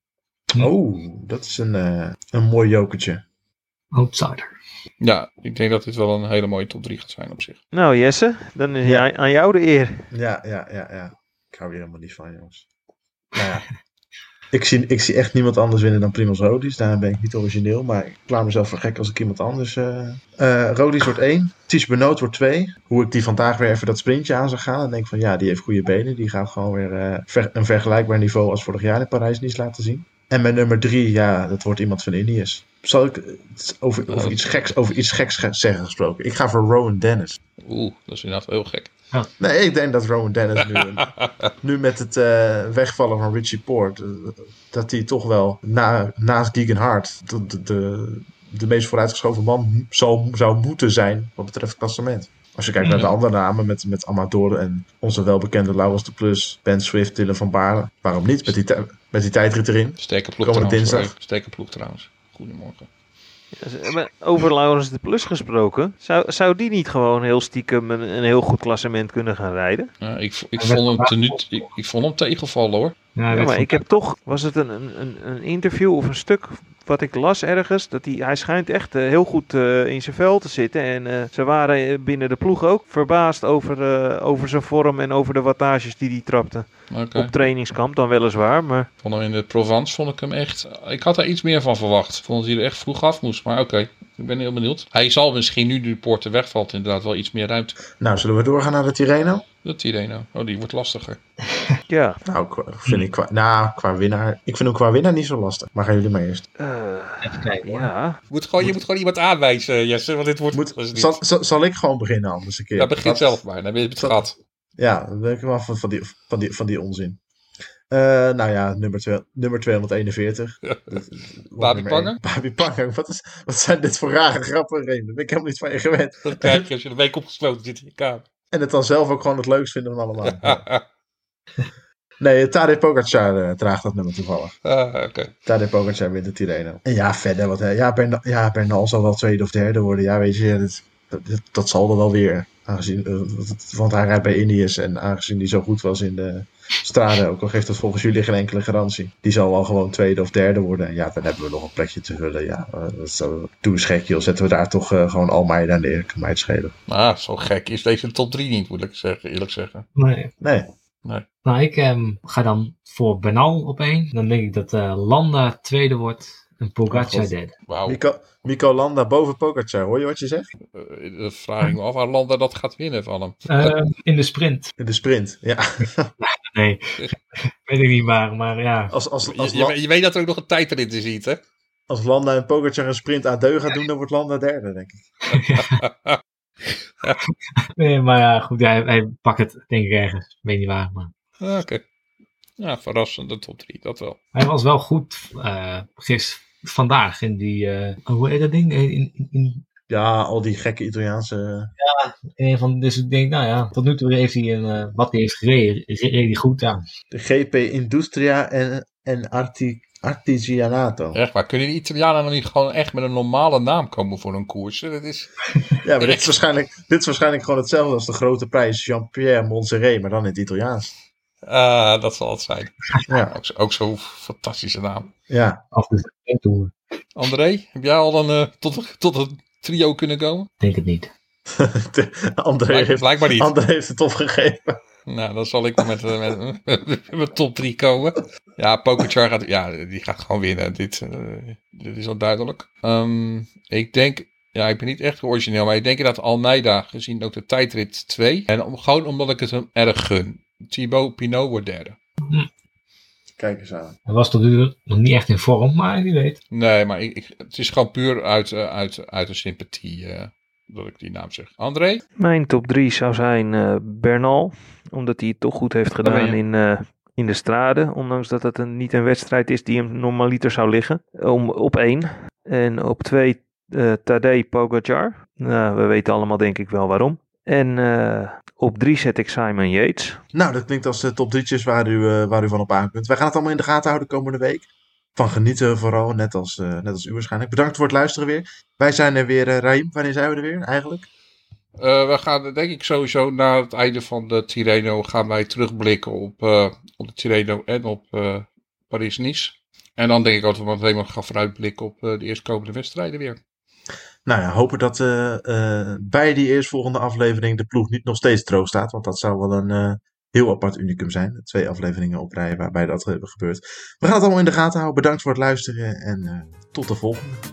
Oh, dat is een mooi jokertje. Outsider. Ja, ik denk dat dit wel een hele mooie top 3 gaat zijn op zich. Nou Jesse, dan is aan jou de eer. Ja. Ik hou hier helemaal niet van, jongens. Nou ja. Ik zie echt niemand anders winnen dan Primoz Roglič. Daar ben ik niet origineel, maar ik klaar mezelf voor gek als ik iemand anders... Roglič wordt 1, Tiesj Benoot wordt 2. Hoe ik die vandaag weer even dat sprintje aan zou gaan. Dan denk ik van die heeft goede benen. Die gaat gewoon weer een vergelijkbaar niveau als vorig jaar in Parijs-Nice laten zien. En mijn nummer 3, dat wordt iemand van Ineos. Zal ik over iets geks zeggen gesproken? Ik ga voor Rowan Dennis. Oeh, dat is inderdaad heel gek. Ja. Nee, ik denk dat Rowan Dennis nu met het wegvallen van Richie Porte, dat hij toch wel naast Geoghegan Hart de meest vooruitgeschoven man zou moeten zijn wat betreft het klassement. Als je kijkt naar de andere namen met Amador en onze welbekende Laurens de Plus, Ben Swift, Dylan van Baarle. Waarom niet? Met die tijdrit erin. Sterke ploeg trouwens. Goedemorgen. Over Laurens de Plus gesproken, zou die niet gewoon heel stiekem een heel goed klassement kunnen gaan rijden? Ja, ik vond hem tegenvallen hoor. Ja, maar ik heb toch, was het een interview of een stuk wat ik las ergens, dat hij schijnt echt heel goed in zijn vel te zitten. En ze waren binnen de ploeg ook verbaasd over zijn vorm en over de wattages die hij trapte. Okay. Op trainingskamp dan weliswaar, maar... Vond hem in de Provence vond ik hem echt... Ik had daar iets meer van verwacht. Vond dat hij er echt vroeg af moest, maar oké. Ik ben heel benieuwd. Hij zal misschien nu de Porte wegvalt inderdaad wel iets meer ruimte. Nou, zullen we doorgaan naar de Tirreno? De Tirreno. Oh, die wordt lastiger. Ja. Nou, vind ik qua winnaar... Ik vind hem qua winnaar niet zo lastig. Maar gaan jullie maar eerst. Even kijken hoor. Ja. Je moet gewoon iemand aanwijzen, Jesse. Want dit wordt... Zal ik gewoon beginnen anders een keer? Ja, begin zelf maar. Dan ben je het gehad. Ja, dan ben ik wel van die onzin. Nummer 241. Babi Panger? Babi Panger. Wat zijn dit voor rare grappen, Reem? Daar ben ik helemaal niet van je gewend. Dat krijg je als je de week opgesloten zit in je kamer. En het dan zelf ook gewoon het leukst vinden van allemaal. Nee, Tadej Pogačar draagt dat nummer toevallig. Okay. Tadej Pogačar wint de Tirreno. En ja, verder, Bernal zal wel tweede of derde worden. Ja, weet je, dat zal er wel weer. Want hij rijdt bij Ineos en aangezien hij zo goed was in de Strade, ook al geeft dat volgens jullie geen enkele garantie. Die zal wel gewoon tweede of derde worden. En ja, dan hebben we nog een plekje te vullen. Ja, doe eens gek joh. Zetten we daar toch gewoon Almeida neer. Kan mij het schelen. Nou, zo gek is deze top 3 niet, moet ik zeggen, eerlijk zeggen. Nee. Nou, ik ga dan voor Bernal op 1. Dan denk ik dat Landa tweede wordt. En Pogacar God. derde. Wauw. Mico Landa boven Pogacar, hoor je wat je zegt? Dan vraag ik me af waar Landa dat gaat winnen van hem. In de sprint. In de sprint, ja. Nee, weet ik niet maar ja. Je weet dat er ook nog een tijdrit in ziet, hè? Als Landa en Pogacar een sprint à deux gaat doen, dan wordt Landa derde, denk ik. Nee, maar ja, goed, hij pakt het denk ik ergens. Weet niet waar, maar... Oké. Ja, verrassende top 3, dat wel. Hij was wel goed vandaag in die... hoe heet dat ding? In Ja, al die gekke Italiaanse... een van, dus ik denk, nou ja, tot nu toe heeft hij wat hij heeft gereden, reed hij goed aan. De GP Industria en Artigianato. Echt, maar kunnen die Italianen nog niet gewoon echt met een normale naam komen voor een koers? Dat is... Ja, maar dit is waarschijnlijk gewoon hetzelfde als de grote prijs Jean-Pierre Montserrat, maar dan in het Italiaans. Dat zal het zijn. Ja. Ook zo'n fantastische naam. Ja. Af de toer. André, heb jij al tot een trio kunnen komen? Denk het niet. Blijkbaar niet. André heeft het opgegeven. Nou, dan zal ik nog met mijn top 3 komen. Ja, Pogacar die gaat gewoon winnen. Dit is al duidelijk. Ik denk, ik ben niet echt origineel, maar ik denk dat Almeida, gezien ook de tijdrit 2. En gewoon omdat ik het hem erg gun. Thibaut Pinot wordt derde. Kijk eens aan. Hij was tot nu toe nog niet echt in vorm, maar wie weet. Nee, maar het is gewoon puur uit een sympathie dat ik die naam zeg. André? Mijn top 3 zou zijn Bernal, omdat hij het toch goed heeft gedaan in de straden. Ondanks dat het niet een wedstrijd is die hem normaliter zou liggen. Op 1. En op 2 Tadej Pogacar. Nou, we weten allemaal denk ik wel waarom. En op 3 zet ik Simon Yates. Nou, dat klinkt als de top 3'tjes waar u van op aan kunt. Wij gaan het allemaal in de gaten houden komende week. Van genieten vooral, net als u waarschijnlijk. Bedankt voor het luisteren weer. Wij zijn er weer, Raim. Wanneer zijn we er weer eigenlijk? We gaan denk ik sowieso na het einde van de Tirreno gaan wij terugblikken op de Tirreno en op Paris-Nice. En dan denk ik dat we meteen nog gaan vooruitblikken op de eerstkomende wedstrijden weer. Nou ja, hopen dat bij die eerstvolgende aflevering de ploeg niet nog steeds droog staat. Want dat zou wel een heel apart unicum zijn. 2 afleveringen op rij waarbij dat gebeurt. We gaan het allemaal in de gaten houden. Bedankt voor het luisteren en tot de volgende.